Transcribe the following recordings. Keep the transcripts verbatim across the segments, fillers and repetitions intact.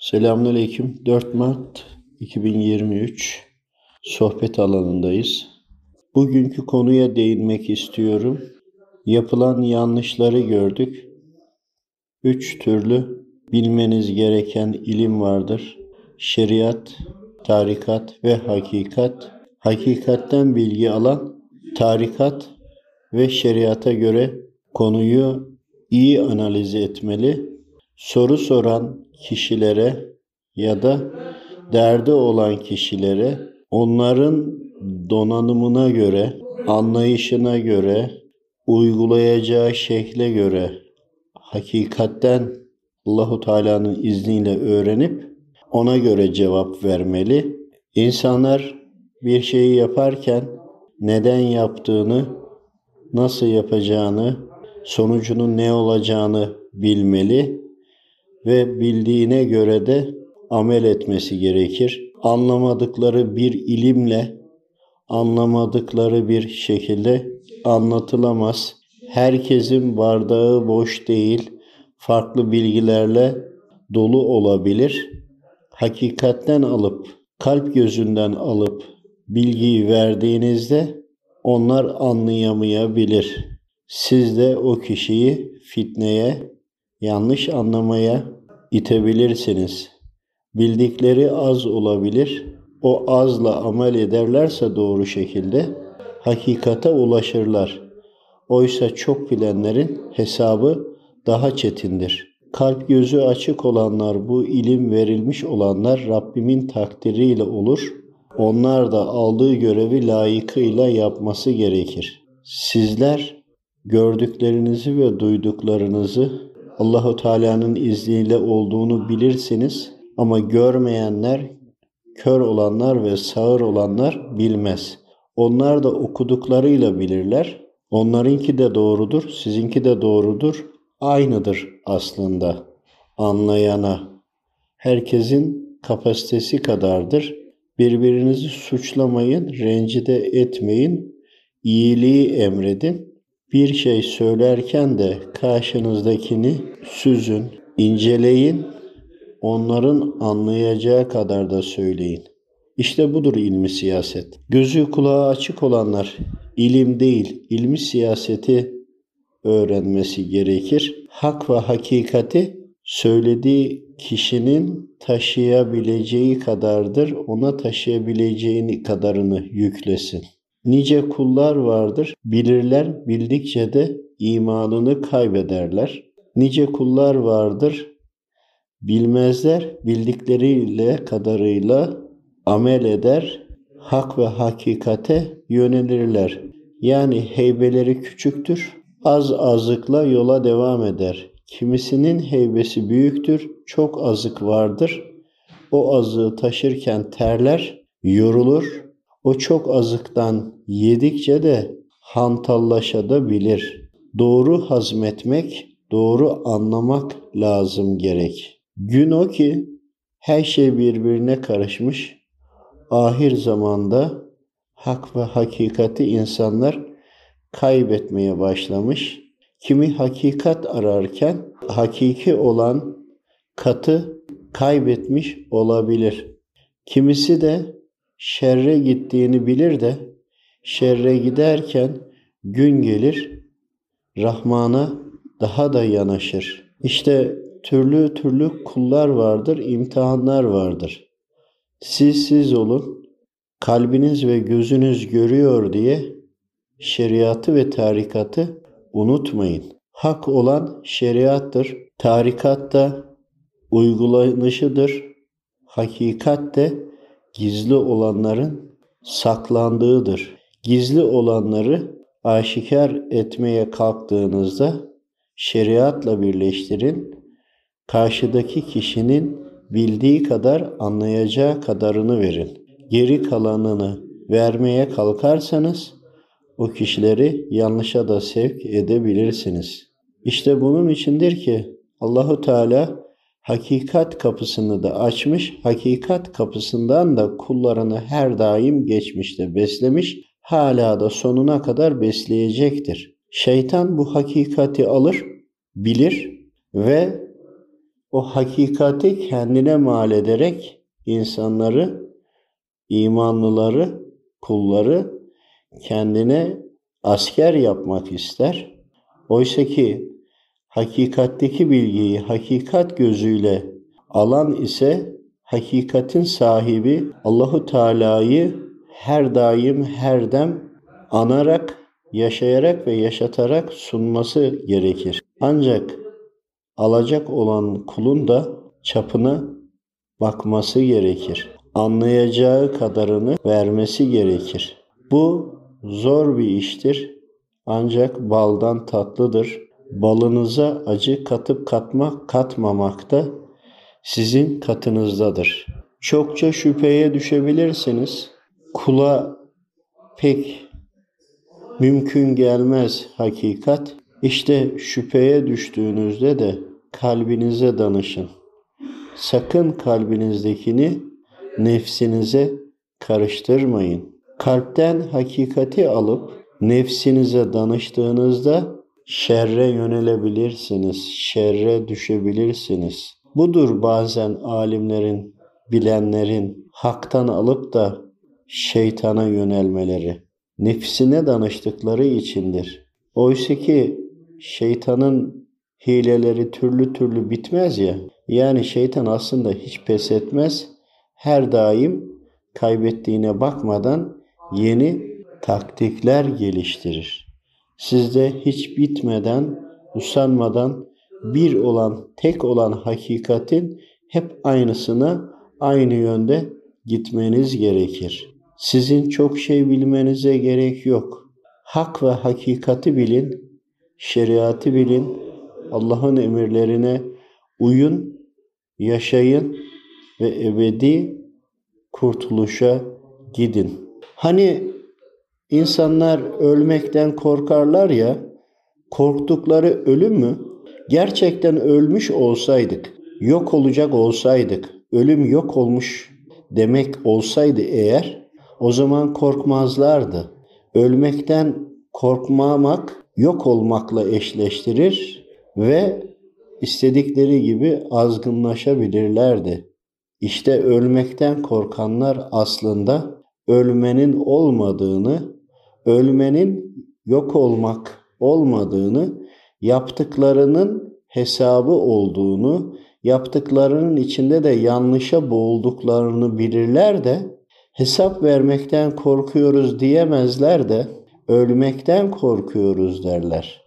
Selamünaleyküm. dört Mart iki bin yirmi üç sohbet alanındayız. Bugünkü konuya değinmek istiyorum. Yapılan yanlışları gördük. Üç türlü bilmeniz gereken ilim vardır. Şeriat, tarikat ve hakikat. Hakikatten bilgi alan, tarikat ve şeriata göre konuyu iyi analiz etmeli. Soru soran kişilere ya da derdi olan kişilere onların donanımına göre, anlayışına göre, uygulayacağı şekle göre hakikatten Allahu Teala'nın izniyle öğrenip ona göre cevap vermeli. İnsanlar bir şeyi yaparken neden yaptığını, nasıl yapacağını, sonucunun ne olacağını bilmeli ve bildiğine göre de amel etmesi gerekir. Anlamadıkları bir ilimle, anlamadıkları bir şekilde anlatılamaz. Herkesin bardağı boş değil, farklı bilgilerle dolu olabilir. Hakikatten alıp, kalp gözünden alıp bilgiyi verdiğinizde onlar anlayamayabilir. Siz de o kişiyi fitneye, yanlış anlamaya itebilirsiniz. Bildikleri az olabilir. O azla amel ederlerse doğru şekilde hakikate ulaşırlar. Oysa çok bilenlerin hesabı daha çetindir. Kalp gözü açık olanlar, bu ilim verilmiş olanlar Rabbimin takdiriyle olur. Onlar da aldığı görevi layıkıyla yapması gerekir. Sizler gördüklerinizi ve duyduklarınızı Allahu Teala'nın izniyle olduğunu bilirsiniz ama görmeyenler, kör olanlar ve sağır olanlar bilmez. Onlar da okuduklarıyla bilirler. Onlarınki de doğrudur, sizinki de doğrudur. Aynıdır aslında anlayana. Herkesin kapasitesi kadardır. Birbirinizi suçlamayın, rencide etmeyin, iyiliği emredin. Bir şey söylerken de karşınızdakini süzün, inceleyin, onların anlayacağı kadar da söyleyin. İşte budur ilmi siyaset. Gözü kulağı açık olanlar ilim değil, ilmi siyaseti öğrenmesi gerekir. Hak ve hakikati söylediği kişinin taşıyabileceği kadardır, ona taşıyabileceğini kadarını yüklesin. Nice kullar vardır, bilirler, bildikçe de imanını kaybederler. Nice kullar vardır, bilmezler, bildikleriyle kadarıyla amel eder, hak ve hakikate yönelirler. Yani heybeleri küçüktür, az azıkla yola devam eder. Kimisinin heybesi büyüktür, çok azık vardır. O azığı taşırken terler, yorulur. O çok azıktan yedikçe de hantallaşabilir. Doğru hazmetmek, doğru anlamak lazım gerek. Gün o ki her şey birbirine karışmış. Ahir zamanda hak ve hakikati insanlar kaybetmeye başlamış. Kimi hakikat ararken hakiki olan katı kaybetmiş olabilir. Kimisi de şerre gittiğini bilir de şerre giderken gün gelir Rahman'a daha da yanaşır. İşte türlü türlü kullar vardır, imtihanlar vardır. Siz siz olun, kalbiniz ve gözünüz görüyor diye şeriatı ve tarikatı unutmayın. Hak olan şeriattır, tarikat da uygulanışıdır, hakikat de gizli olanların saklandığıdır. Gizli olanları aşikar etmeye kalktığınızda şeriatla birleştirin. Karşıdaki kişinin bildiği kadar anlayacağı kadarını verin. Geri kalanını vermeye kalkarsanız o kişileri yanlışa da sevk edebilirsiniz. İşte bunun içindir ki Allahu Teala hakikat kapısını da açmış, hakikat kapısından da kullarını her daim geçmişte beslemiş, hala da sonuna kadar besleyecektir. Şeytan bu hakikati alır, bilir ve o hakikati kendine mal ederek insanları, imanlıları, kulları kendine asker yapmak ister. Oysa ki hakikatteki bilgiyi hakikat gözüyle alan ise hakikatin sahibi Allahu Teala'yı her daim her dem anarak, yaşayarak ve yaşatarak sunması gerekir. Ancak alacak olan kulun da çapına bakması gerekir. Anlayacağı kadarını vermesi gerekir. Bu zor bir iştir. Ancak baldan tatlıdır. Balınıza acı katıp katmak, katmamak da sizin katınızdadır. Çokça şüpheye düşebilirsiniz. Kula pek mümkün gelmez hakikat. İşte şüpheye düştüğünüzde de kalbinize danışın. Sakın kalbinizdekini nefsinize karıştırmayın. Kalpten hakikati alıp nefsinize danıştığınızda şerre yönelebilirsiniz, şerre düşebilirsiniz. Budur bazen alimlerin, bilenlerin haktan alıp da şeytana yönelmeleri. Nefsine danıştıkları içindir. Oysa ki şeytanın hileleri türlü türlü bitmez ya. Yani şeytan aslında hiç pes etmez. Her daim kaybettiğine bakmadan yeni taktikler geliştirir. Sizde hiç bitmeden, usanmadan bir olan, tek olan hakikatin hep aynısına, aynı yönde gitmeniz gerekir. Sizin çok şey bilmenize gerek yok. Hak ve hakikati bilin, şeriatı bilin, Allah'ın emirlerine uyun, yaşayın ve ebedi kurtuluşa gidin. Hani insanlar ölmekten korkarlar ya, korktukları ölüm mü? Gerçekten ölmüş olsaydık, yok olacak olsaydık, ölüm yok olmuş demek olsaydı eğer, o zaman korkmazlardı. Ölmekten korkmamak, yok olmakla eşleştirir ve istedikleri gibi azgınlaşabilirlerdi. İşte ölmekten korkanlar aslında ölmenin olmadığını, ölmenin yok olmak olmadığını, yaptıklarının hesabı olduğunu, yaptıklarının içinde de yanlışa boğulduklarını bilirler de hesap vermekten korkuyoruz diyemezler de ölmekten korkuyoruz derler.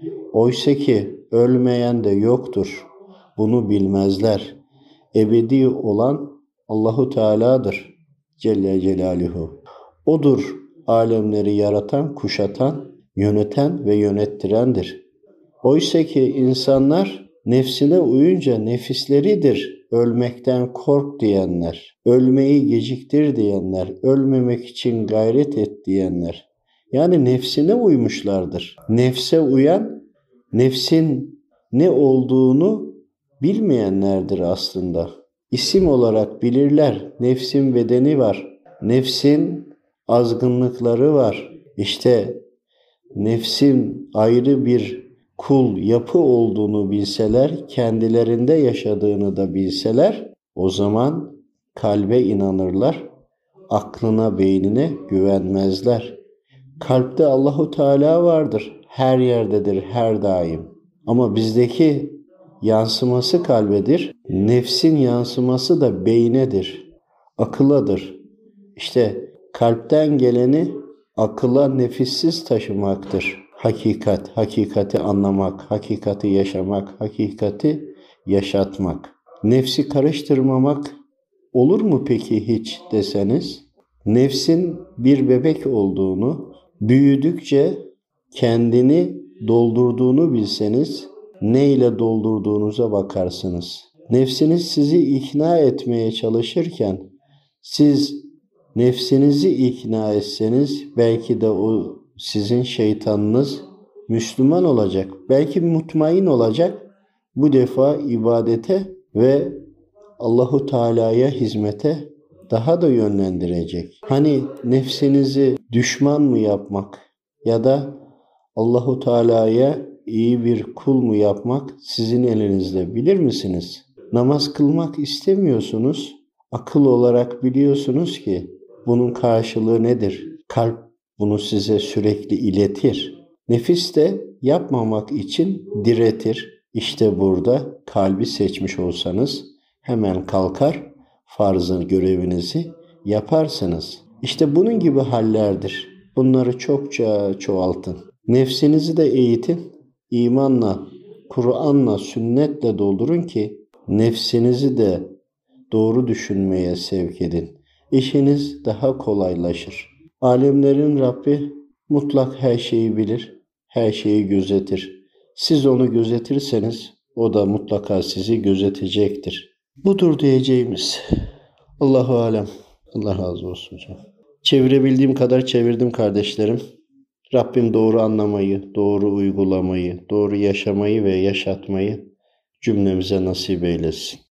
Oysa ki ölmeyen de yoktur. Bunu bilmezler. Ebedi olan Allahu Teala'dır Celle Celaluhu. Odur alemleri yaratan, kuşatan, yöneten ve yönettirendir. Oysa ki insanlar nefsine uyunca nefisleridir ölmekten kork diyenler, ölmeyi geciktir diyenler, ölmemek için gayret et diyenler. Yani nefsine uymuşlardır. Nefse uyan, nefsin ne olduğunu bilmeyenlerdir aslında. İsim olarak bilirler. Nefsin bedeni var. Nefsin azgınlıkları var. İşte nefsin ayrı bir kul yapı olduğunu bilseler, kendilerinde yaşadığını da bilseler, o zaman kalbe inanırlar, aklına, beynine güvenmezler. Kalpte Allahu Teala vardır, her yerdedir, her daim. Ama bizdeki yansıması kalbedir, nefsin yansıması da beynedir, akıladır. İşte kalpten geleni akıla nefissiz taşımaktır. Hakikat, hakikati anlamak, hakikati yaşamak, hakikati yaşatmak. Nefsi karıştırmamak olur mu peki hiç deseniz? Nefsin bir bebek olduğunu, büyüdükçe kendini doldurduğunu bilseniz, ne ile doldurduğunuza bakarsınız. Nefsiniz sizi ikna etmeye çalışırken, siz nefsinizi ikna etseniz, belki de o sizin şeytanınız Müslüman olacak. Belki mutmain olacak. Bu defa ibadete ve Allahu Teala'ya hizmete daha da yönlendirecek. Hani nefsinizi düşman mı yapmak ya da Allahu Teala'ya iyi bir kul mu yapmak sizin elinizde, bilir misiniz? Namaz kılmak istemiyorsunuz. Akıl olarak biliyorsunuz ki bunun karşılığı nedir? Kalp bunu size sürekli iletir. Nefis de yapmamak için diretir. İşte burada kalbi seçmiş olsanız hemen kalkar, farzın görevinizi yaparsınız. İşte bunun gibi hallerdir. Bunları çokça çoğaltın. Nefsinizi de eğitin. İmanla, Kur'an'la, sünnetle doldurun ki nefsinizi de doğru düşünmeye sevk edin. İşiniz daha kolaylaşır. Alemlerin Rabbi mutlak her şeyi bilir, her şeyi gözetir. Siz onu gözetirseniz o da mutlaka sizi gözetecektir. Budur diyeceğimiz. Allahu alem. Allah razı olsun hocam. Çevirebildiğim kadar çevirdim kardeşlerim. Rabbim doğru anlamayı, doğru uygulamayı, doğru yaşamayı ve yaşatmayı cümlemize nasip eylesin.